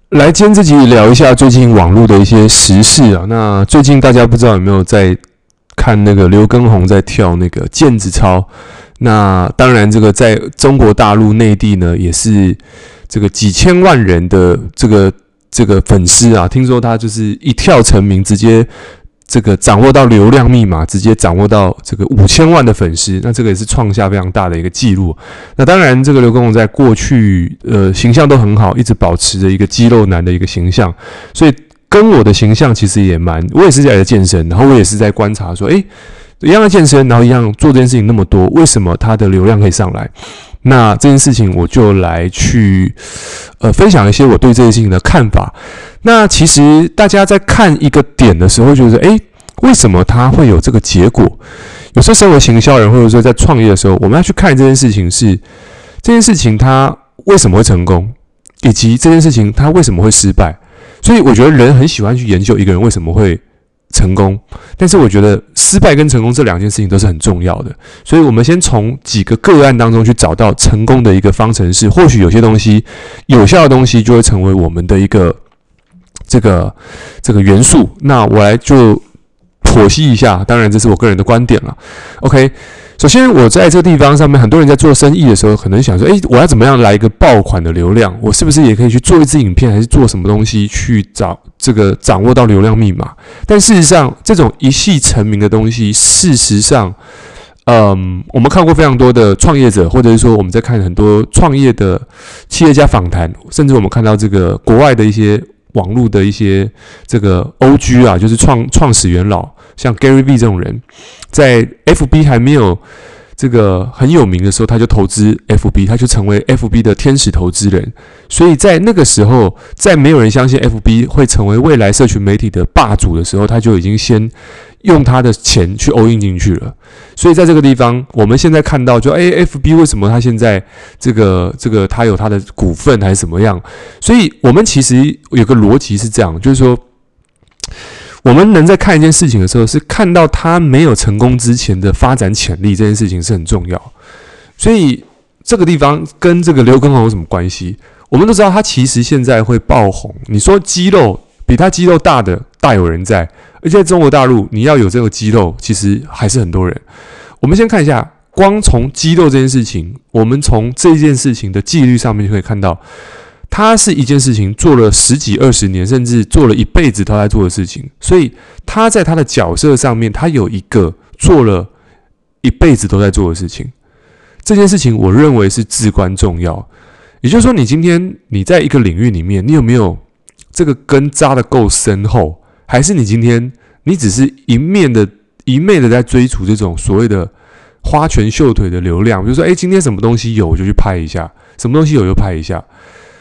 来，今天这集聊一下最近网络的一些时事啊。那最近大家不知道有没有在看那个刘畊宏在跳那个毽子操？那当然，这个在中国大陆内地呢，也是这个几千万人的这个粉丝啊。听说他就是一跳成名，直接这个掌握到流量密码，直接掌握到这个5000万的粉丝，那这个也是创下非常大的一个记录。那当然，这个刘畊宏在过去形象都很好，一直保持着一个肌肉男的一个形象，所以跟我的形象其实也我也是在健身，然后我也是在观察说，一样的健身，然后一样做这件事情那么多，为什么他的流量可以上来？那这件事情我就来去分享一些我对这件事情的看法。那其实大家在看一个点的时候，就是为什么他会有这个结果？有时候身为行销人，或者说在创业的时候，我们要去看这件事情是这件事情它为什么会成功，以及这件事情它为什么会失败。所以我觉得人很喜欢去研究一个人为什么会成功，但是我觉得失败跟成功这两件事情都是很重要的。所以我们先从几个个案当中去找到成功的一个方程式，或许有些东西有效的东西就会成为我们的一个这个元素。那我来就剖析一下，当然这是我个人的观点了。OK， 首先我在这个地方上面，很多人在做生意的时候，可能想说，我要怎么样来一个爆款的流量？我是不是也可以去做一支影片，还是做什么东西去掌握到流量密码？但事实上，这种一夕成名的东西，事实上，我们看过非常多的创业者，或者是说我们在看很多创业的企业家访谈，甚至我们看到这个国外的一些网络的一些这个 OG 啊，就是创始元老，像 Gary V 这种人，在 FB 还没有这个很有名的时候，他就投资 FB， 他就成为 FB 的天使投资人。所以在那个时候，在没有人相信 FB 会成为未来社群媒体的霸主的时候，他就已经先用他的钱去 all in 进去了。所以在这个地方，我们现在看到就FB 为什么他现在这个他有他的股份还是怎么样？所以我们其实有个逻辑是这样，就是说，我们能在看一件事情的时候，是看到他没有成功之前的发展潜力，这件事情是很重要。所以这个地方跟这个刘畊宏有什么关系？我们都知道他其实现在会爆红，你说肌肉比他肌肉大的大有人在，而且在中国大陆你要有这个肌肉，其实还是很多人。我们先看一下，光从肌肉这件事情，我们从这件事情的纪律上面就可以看到，他是一件事情做了10几20年，甚至做了一辈子都在做的事情。所以他在他的角色上面，他有一个做了一辈子都在做的事情。这件事情我认为是至关重要。也就是说，你今天你在一个领域里面，你有没有这个根扎得够深厚，还是你今天你只是一昧的在追逐这种所谓的花拳绣腿的流量？比如说，今天什么东西有我就去拍一下，什么东西有就拍一下。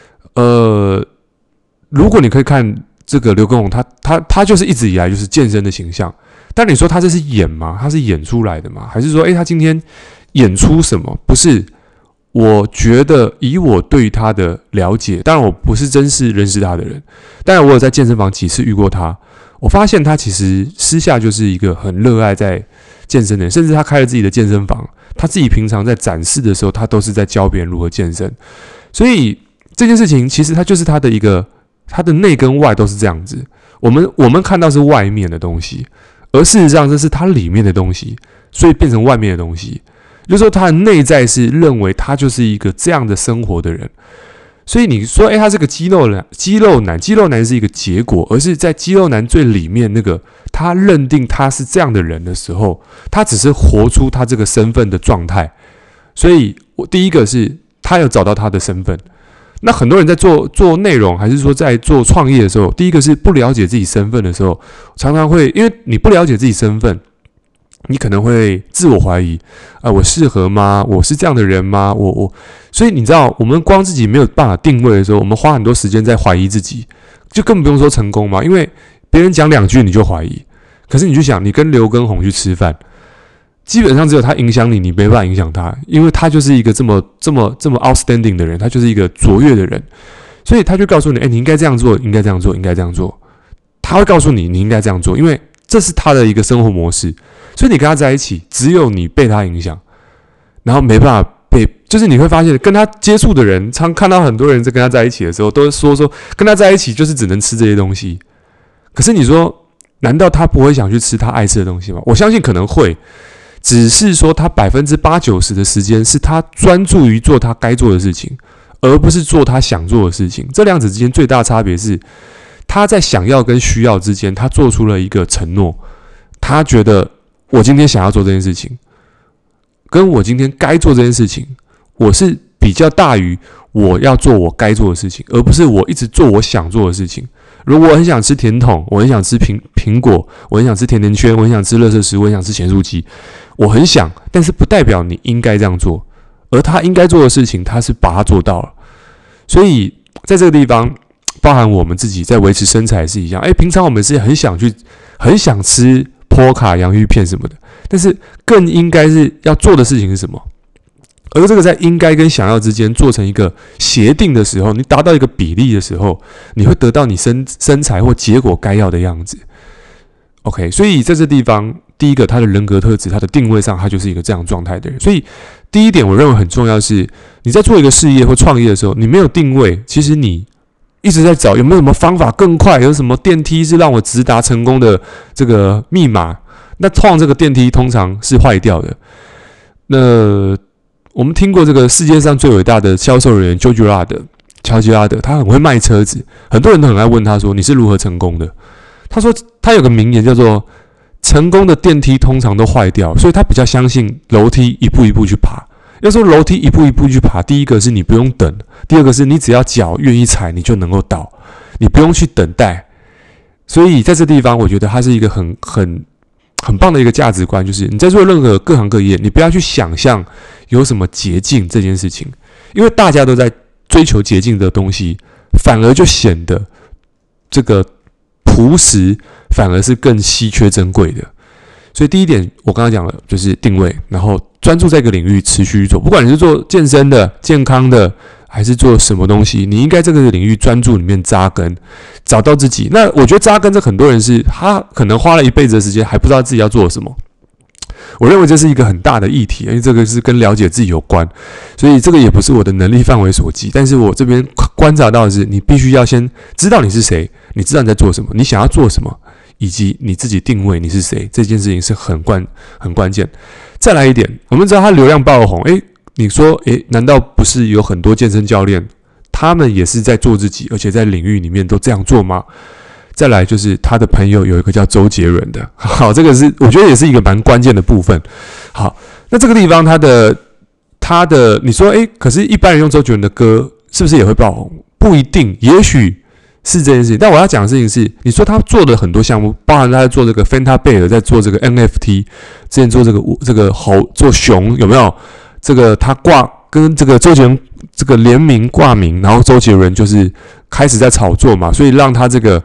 如果你可以看这个刘畊宏，他就是一直以来就是健身的形象。但你说他这是演吗？他是演出来的吗？还是说，他今天演出什么？不是。我觉得以我对他的了解，当然我不是真是认识他的人，当然我有在健身房几次遇过他，我发现他其实私下就是一个很热爱在健身的人，甚至他开了自己的健身房，他自己平常在展示的时候，他都是在教别人如何健身。所以这件事情其实他就是他的一个，他的内跟外都是这样子。我们看到是外面的东西，而事实上这是他里面的东西，所以变成外面的东西。就是说，他的内在是认为他就是一个这样的生活的人，所以你说，他是个肌肉男是一个结果，而是在肌肉男最里面那个，他认定他是这样的人的时候，他只是活出他这个身份的状态。所以，我第一个是他有找到他的身份。那很多人在做内容，还是说在做创业的时候，第一个是不了解自己身份的时候，常常会因为你不了解自己身份。你可能会自我怀疑，我适合吗？我是这样的人吗？所以你知道，我们光自己没有办法定位的时候，我们花很多时间在怀疑自己，就更不用说成功嘛。因为别人讲2句你就怀疑，可是你去想，你跟刘畊宏去吃饭，基本上只有他影响你，你没办法影响他，因为他就是一个这么 outstanding 的人，他就是一个卓越的人，所以他就告诉你，你应该这样做，应该这样做，应该这样做。他会告诉你，你应该这样做，因为这是他的一个生活模式。所以你跟他在一起，只有你被他影响，然后没办法就是你会发现，跟他接触的人，常看到很多人在跟他在一起的时候，都说跟他在一起就是只能吃这些东西。可是你说，难道他不会想去吃他爱吃的东西吗？我相信可能会，只是说他80%-90%的时间是他专注于做他该做的事情，而不是做他想做的事情。这两者之间最大的差别是，他在想要跟需要之间，他做出了一个承诺，他觉得我今天想要做这件事情，跟我今天该做这件事情，我是比较大于我要做我该做的事情，而不是我一直做我想做的事情。如果我很想吃甜筒，我很想吃苹果，我很想吃甜甜圈，我很想吃垃圾食物，我很想吃咸酥鸡，我很想，但是不代表你应该这样做。而他应该做的事情，他是把它做到了。所以在这个地方，包含我们自己在维持身材是一样。平常我们是很想吃波卡洋芋片什么的，但是更应该是要做的事情是什么？而这个在应该跟想要之间做成一个协定的时候，你达到一个比例的时候，你会得到你身材或结果该要的样子。OK， 所以在这地方，第一个他的人格特质，他的定位上，他就是一个这样状态的人。所以第一点，我认为很重要的是，你在做一个事业或创业的时候，你没有定位，其实你一直在找有没有什么方法更快，有什么电梯是让我直达成功的这个密码。那创这个电梯通常是坏掉的。那我们听过这个世界上最伟大的销售人员乔吉拉德，他很会卖车子，很多人都很爱问他说：“你是如何成功的？”他说他有个名言叫做：“成功的电梯通常都坏掉，所以他比较相信楼梯一步一步去爬。要说楼梯一步一步去爬，第一个是你不用等，第二个是你只要脚愿意踩，你就能够到，你不用去等待。所以在这地方，我觉得它是一个很棒的一个价值观，就是你在做任何各行各业，你不要去想象有什么捷径这件事情，因为大家都在追求捷径的东西，反而就显得这个朴实反而是更稀缺珍贵的。所以第一点我刚刚讲了，就是定位，然后专注在一个领域持续做，不管你是做健身的、健康的，还是做什么东西，你应该这个领域专注里面扎根，找到自己。那我觉得扎根这很多人是他可能花了一辈子的时间还不知道自己要做什么。我认为这是一个很大的议题，因为这个是跟了解自己有关，所以这个也不是我的能力范围所及。但是我这边观察到的是，你必须要先知道你是谁，你知道你在做什么，你想要做什么，以及你自己定位你是谁，这件事情是很关键。再来一点，我们知道他流量爆红，你说，难道不是有很多健身教练，他们也是在做自己，而且在领域里面都这样做吗？再来就是他的朋友有一个叫周杰伦的，好，这个是我觉得也是一个蛮关键的部分。好，那这个地方他的，你说，可是一般人用周杰伦的歌是不是也会爆红？不一定，也许是这件事情。但我要讲的事情是，你说他做的很多项目，包含他在做这个 Fanta 贝尔，在做这个 NFT， 之前做这个猴做熊，有没有？这个他跟这个周杰伦这个联名挂名，然后周杰伦就是开始在炒作嘛，所以让他这个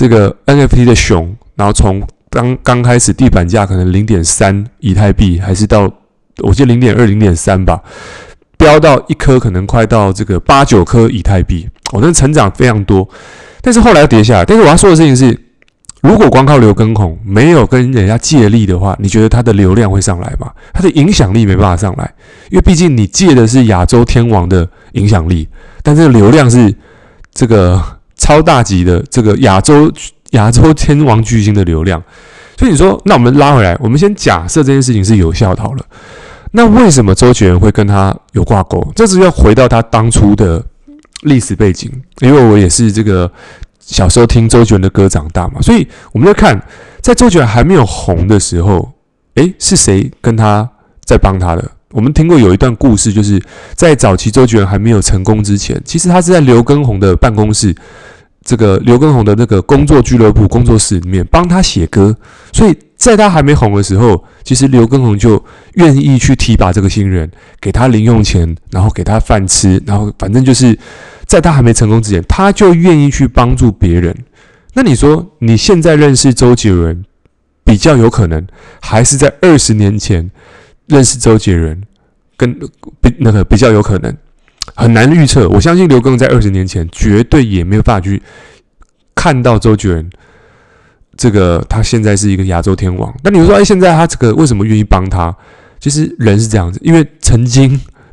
NFT 的熊，然后从刚开始地板价可能 0.3 以太币，还是到我记得 0.2 0.3 吧，飙到一颗可能快到这个8-9颗以太币，那成长非常多，但是后来又跌下来。但是我要说的事情是，如果光靠刘畊宏没有跟人家借力的话，你觉得他的流量会上来吗？他的影响力没办法上来，因为毕竟你借的是亚洲天王的影响力，但这个流量是这个超大级的这个亚洲天王巨星的流量。所以你说，那我们拉回来，我们先假设这件事情是有效的好了。那为什么周杰伦会跟他有挂钩？这是要回到他当初的历史背景，因为我也是这个小时候听周杰伦的歌长大嘛，所以我们就看，在周杰伦还没有红的时候，是谁跟他在帮他的？我们听过有一段故事，就是在早期周杰伦还没有成功之前，其实他是在刘畊宏的办公室，这个刘畊宏的那个工作俱乐部工作室里面帮他写歌，所以在他还没红的时候，其实刘畊宏就愿意去提拔这个新人，给他零用钱，然后给他饭吃，然后反正就是在他还没成功之前，他就愿意去帮助别人。那你说你现在认识周杰伦比较有可能，还是在20年前认识周杰伦比较有可能？很难预测。我相信刘畊宏在20年前绝对也没有办法去看到周杰伦这个他现在是一个亚洲天王。那你说，现在他这个为什么愿意帮他？其实人是这样子，因为曾经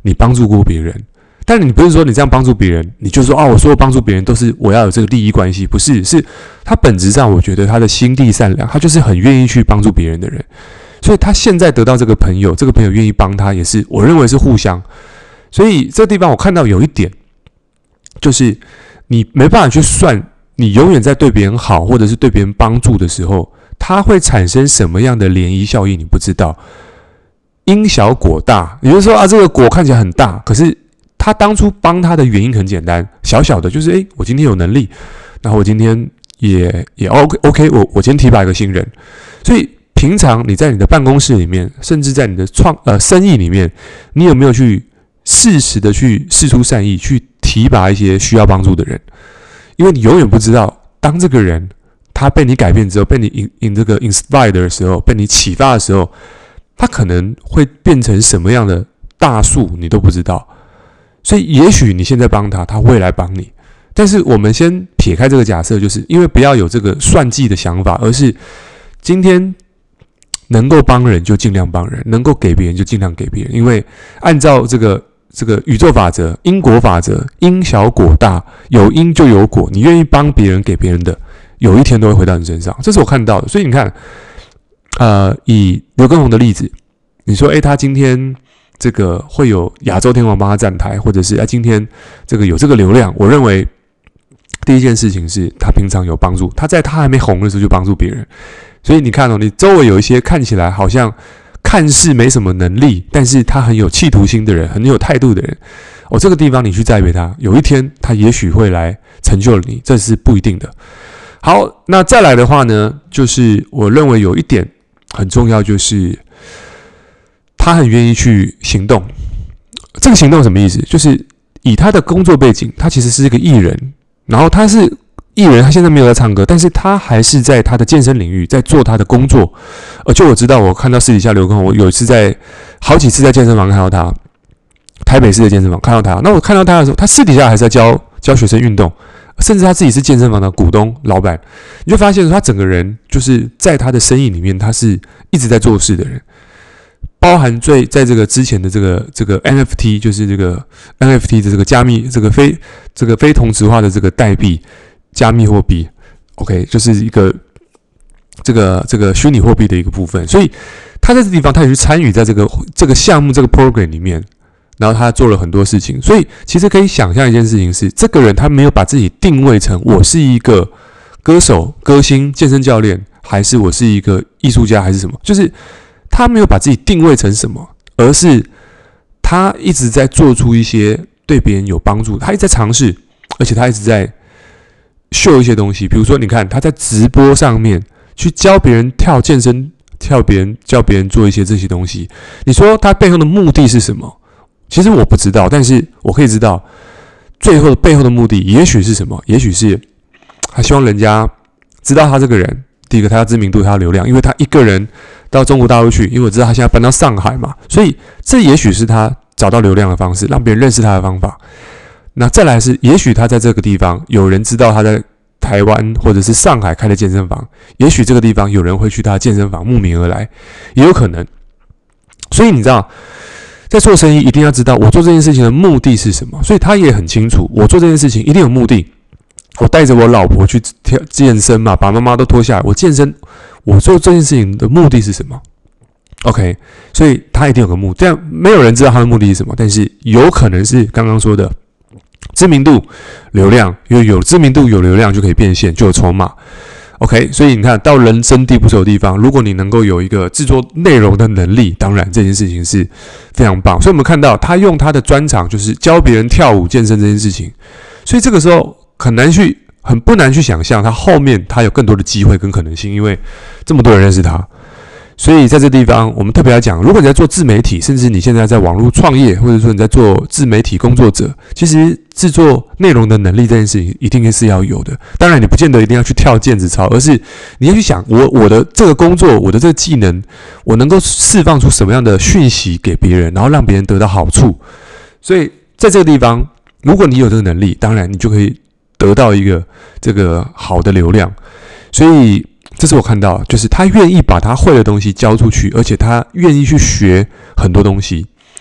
你帮助过别人。但你不是说你这样帮助别人，你就说我说帮助别人都是我要有这个利益关系，不是，是他本质上我觉得他的心地善良，他就是很愿意去帮助别人的人，所以他现在得到这个朋友，这个朋友愿意帮他，也是我认为是互相。所以这个地方我看到有一点，就是你没办法去算，你永远在对别人好或者是对别人帮助的时候，它会产生什么样的涟漪效应，你不知道。因小果大，也就是说这个果看起来很大，可是他当初帮他的原因很简单，小小的，就是我今天有能力，然后我今天也 OK， 我今天提拔一个新人，所以平常你在你的办公室里面，甚至在你的生意里面，你有没有去适时的去释出善意，去提拔一些需要帮助的人？因为你永远不知道，当这个人他被你改变之后，被你这个 inspire 的时候，被你启发的时候，他可能会变成什么样的大树，你都不知道。所以也许你现在帮他，他未来帮你。但是我们先撇开这个假设，就是因为不要有这个算计的想法，而是今天能够帮人就尽量帮人，能够给别人就尽量给别人。因为按照这个宇宙法则、因果法则，因小果大，有因就有果。你愿意帮别人、给别人的，有一天都会回到你身上。这是我看到的。所以你看，以刘畊宏的例子，你说，他今天这个会有亚洲天王帮他站台，或者是今天这个有这个流量，我认为第一件事情是他平常有帮助，他在他还没红的时候就帮助别人。所以你看你周围有一些看起来好像看似没什么能力，但是他很有企图心的人，很有态度的人，这个地方你去栽培他，有一天他也许会来成就你，这是不一定的。好，那再来的话呢，就是我认为有一点很重要，就是他很愿意去行动。这个行动什么意思？就是以他的工作背景，他其实是一个艺人，然后他是艺人，他现在没有在唱歌，但是他还是在他的健身领域在做他的工作。就我知道，我看到私底下刘畊宏，我有一次好几次在健身房看到他，台北市的健身房看到他。那我看到他的时候，他私底下还是在教学生运动，甚至他自己是健身房的股东老板。你就发现他整个人就是在他的生意里面，他是一直在做事的人。包含在这个之前的这个 NFT， 就是这个 NFT 的这个加密这个非同质化的这个代币加密货币 ，OK， 就是一个这个虚拟货币的一个部分。所以他在这地方他也去参与在这个项目这个 program 里面，然后他做了很多事情。所以其实可以想象一件事情是，这个人他没有把自己定位成我是一个歌手、歌星、健身教练，还是我是一个艺术家，还是什么，就是他没有把自己定位成什么，而是他一直在做出一些对别人有帮助，他一直在尝试，而且他一直在秀一些东西。比如说，你看他在直播上面去教别人跳健身，教别人做一些这些东西。你说他背后的目的是什么？其实我不知道，但是我可以知道，最后的背后的目的也许是什么？也许是他希望人家知道他这个人。第一个，他要知名度，他要流量，因为他一个人到中国大陆去，因为我知道他现在搬到上海嘛，所以这也许是他找到流量的方式，让别人认识他的方法。那再来是，也许他在这个地方有人知道他在台湾或者是上海开的健身房，也许这个地方有人会去他的健身房慕名而来，也有可能。所以你知道，在做生意一定要知道我做这件事情的目的是什么，所以他也很清楚，我做这件事情一定有目的。我带着我老婆去健身嘛，把妈妈都拖下来。我健身，我做这件事情的目的是什么 ？OK， 所以他一定有个目的，但没有人知道他的目的是什么。但是有可能是刚刚说的知名度、流量，因为有知名度、有流量就可以变现，就有筹码。OK， 所以你看到人生地不熟的地方，如果你能够有一个制作内容的能力，当然这件事情是非常棒。所以我们看到他用他的专长，就是教别人跳舞、健身这件事情。所以这个时候很不难去想象，他后面他有更多的机会跟可能性，因为这么多人认识他。所以在这地方，我们特别要讲，如果你在做自媒体，甚至你现在在网络创业，或者说你在做自媒体工作者，其实制作内容的能力这件事情一定是要有的。当然，你不见得一定要去跳毽子操，而是你要去想，我的这个工作，我的这个技能，我能够释放出什么样的讯息给别人，然后让别人得到好处。所以在这个地方，如果你有这个能力，当然你就可以得到一个这个好的流量。所以这是我看到，就是他愿意把他会的东西交出去，而且他愿意去学很多东西。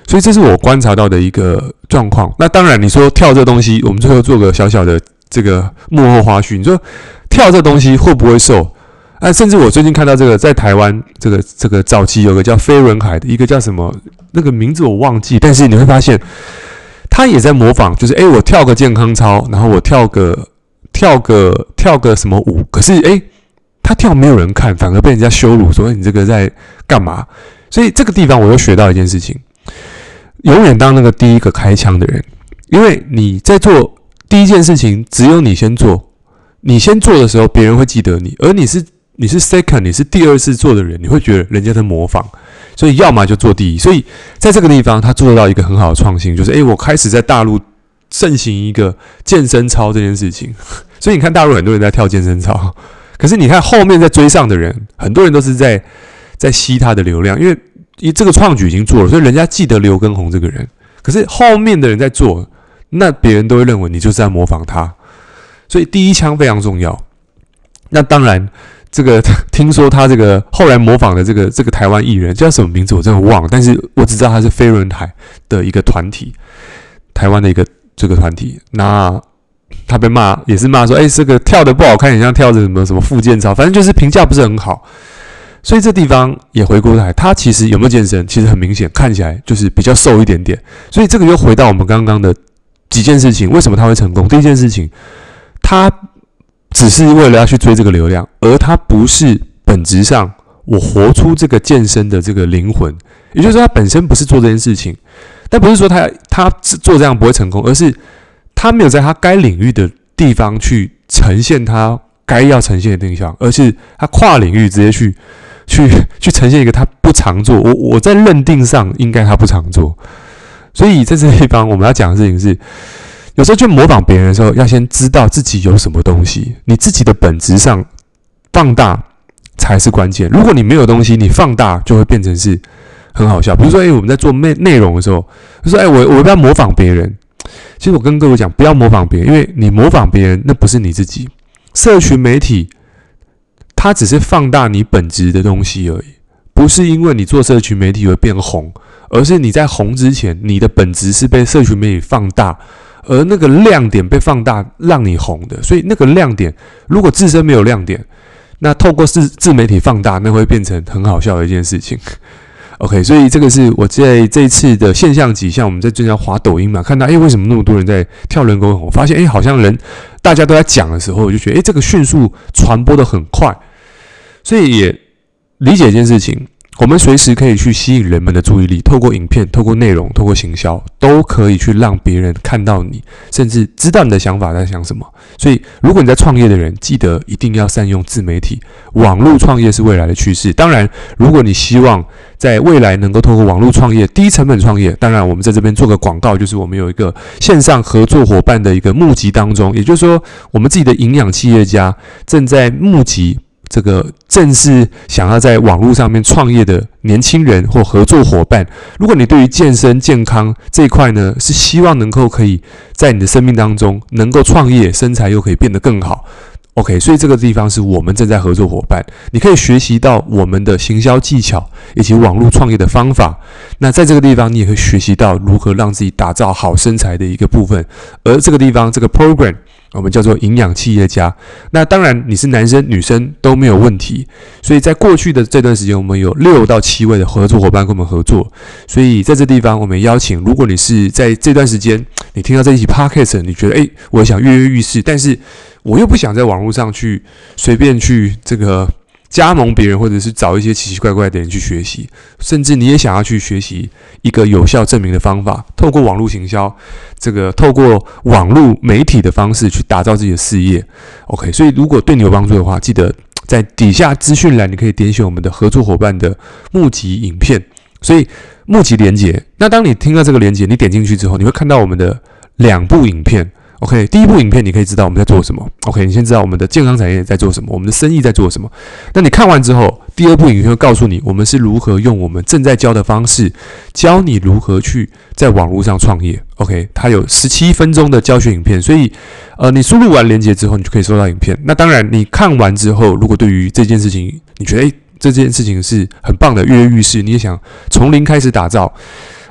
所以这是我观察到的一个状况。那当然，你说跳这东西，我们最后做个小小的这个幕后花絮。你说跳这东西会不会瘦？甚至我最近看到这个，在台湾这个早期有个叫飞轮海的，一个叫什么那个名字我忘记，但是你会发现他也在模仿，就是我跳个健康操，然后我跳个什么舞，可是他跳没有人看，反而被人家羞辱，说你这个在干嘛？所以这个地方我又学到一件事情，永远当那个第一个开枪的人，因为你在做第一件事情，只有你先做，你先做的时候，别人会记得你，而你是 second， 你是第二次做的人，你会觉得人家在模仿，所以要么就做第一。所以在这个地方，他做到一个很好的创新，就是我开始在大陆盛行一个健身操这件事情。所以你看大陆很多人在跳健身操，可是你看后面在追上的人，很多人都是在吸他的流量，因为这个创举已经做了，所以人家记得刘畊宏这个人。可是后面的人在做，那别人都会认为你就是在模仿他。所以第一枪非常重要。那当然，这个听说他这个后来模仿的这个台湾艺人叫什么名字我真的忘了，但是我只知道他是飞轮海的一个团体，台湾的一个这个团体。那他被骂也是骂说，这个跳的不好看，很像跳着什么复健操，反正就是评价不是很好。所以这地方也回过来，他其实有没有健身，其实很明显看起来就是比较瘦一点点。所以这个又回到我们刚刚的几件事情，为什么他会成功？第一件事情，他只是为了要去追这个流量，而他不是本质上我活出这个健身的这个灵魂，也就是说他本身不是做这件事情，但不是说他做这样不会成功，而是他没有在他该领域的地方去呈现他该要呈现的定向，而是他跨领域直接去呈现一个他不常做，我在认定上应该他不常做。所以在这个地方我们要讲的事情是，有时候去模仿别人的时候，要先知道自己有什么东西，你自己的本质上放大才是关键。如果你没有东西，你放大就会变成是很好笑。比如说，我们在做内容的时候，就说，我不要模仿别人。其实我跟各位讲，不要模仿别人，因为你模仿别人，那不是你自己。社群媒体它只是放大你本质的东西而已，不是因为你做社群媒体会变红，而是你在红之前，你的本质是被社群媒体放大，而那个亮点被放大让你红的。所以那个亮点如果自身没有亮点，那透过自媒体放大，那会变成很好笑的一件事情。OK， 所以这个是我在这一次的现象级，像我们在最近滑抖音嘛，看到为什么那么多人在跳人工红，发现好像大家都在讲的时候，我就觉得这个迅速传播的很快，所以也理解一件事情，我们随时可以去吸引人们的注意力，透过影片、透过内容、透过行销，都可以去让别人看到你，甚至知道你的想法在想什么。所以如果你在创业的人，记得一定要善用自媒体，网络创业是未来的趋势。当然，如果你希望在未来能够透过网络创业、低成本创业，当然我们在这边做个广告，就是我们有一个线上合作伙伴的一个募集当中，也就是说，我们自己的营养企业家正在募集这个正是想要在网络上面创业的年轻人或合作伙伴。如果你对于健身健康这一块呢，是希望能够可以在你的生命当中能够创业，身材又可以变得更好。OK， 所以这个地方是我们正在合作伙伴，你可以学习到我们的行销技巧以及网络创业的方法。那在这个地方，你也会学习到如何让自己打造好身材的一个部分。而这个地方，这个 program 我们叫做营养企业家。那当然，你是男生女生都没有问题。所以在过去的这段时间，我们有6到7位的合作伙伴跟我们合作。所以在这地方，我们邀请，如果你是在这段时间，你听到这一期 podcast， 你觉得我想跃跃欲试，但是我又不想在网络上去随便去这个加盟别人，或者是找一些奇奇怪怪的人去学习，甚至你也想要去学习一个有效证明的方法，透过网络行销，透过网络媒体的方式去打造自己的事业。OK， 所以如果对你有帮助的话，记得在底下资讯栏你可以点选我们的合作伙伴的募集影片，所以募集连结。那当你听到这个连结，你点进去之后，你会看到我们的2部影片。OK， 第一部影片你可以知道我们在做什么。OK， 你先知道我们的健康产业在做什么，我们的生意在做什么。那你看完之后，第2部影片会告诉你我们是如何用我们正在教的方式，教你如何去在网络上创业。OK， 它有17分钟的教学影片，所以你输入完连结之后，你就可以收到影片。那当然，你看完之后，如果对于这件事情你觉得这件事情是很棒的，跃跃欲试，你也想从零开始打造。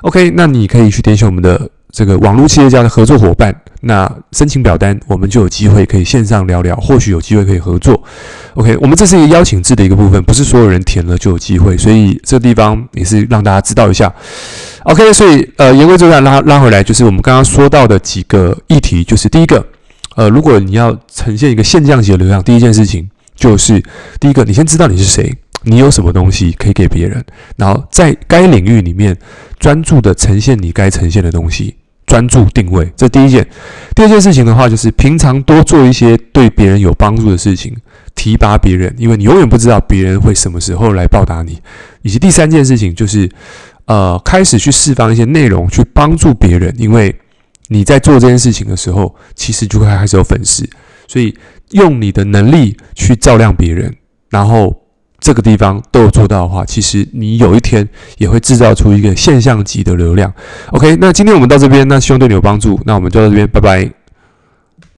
OK， 那你可以去点选我们的这个网络企业家的合作伙伴，那申请表单，我们就有机会可以线上聊聊，或许有机会可以合作。OK， 我们这是一个邀请制的一个部分，不是所有人填了就有机会，所以这个地方也是让大家知道一下。OK， 所以言归正传，拉回来，就是我们刚刚说到的几个议题，就是第一个，如果你要呈现一个现象级的流量，第一件事情就是第一个，你先知道你是谁，你有什么东西可以给别人，然后在该领域里面专注的呈现你该呈现的东西，专注定位，这第一件。第二件事情的话，就是平常多做一些对别人有帮助的事情，提拔别人，因为你永远不知道别人会什么时候来报答你。以及第三件事情就是，开始去释放一些内容去帮助别人，因为你在做这件事情的时候，其实就会开始有粉丝，所以用你的能力去照亮别人，然后这个地方都有做到的话，其实你有一天也会制造出一个现象级的流量。OK， 那今天我们到这边，那希望对你有帮助，那我们就到这边，拜拜。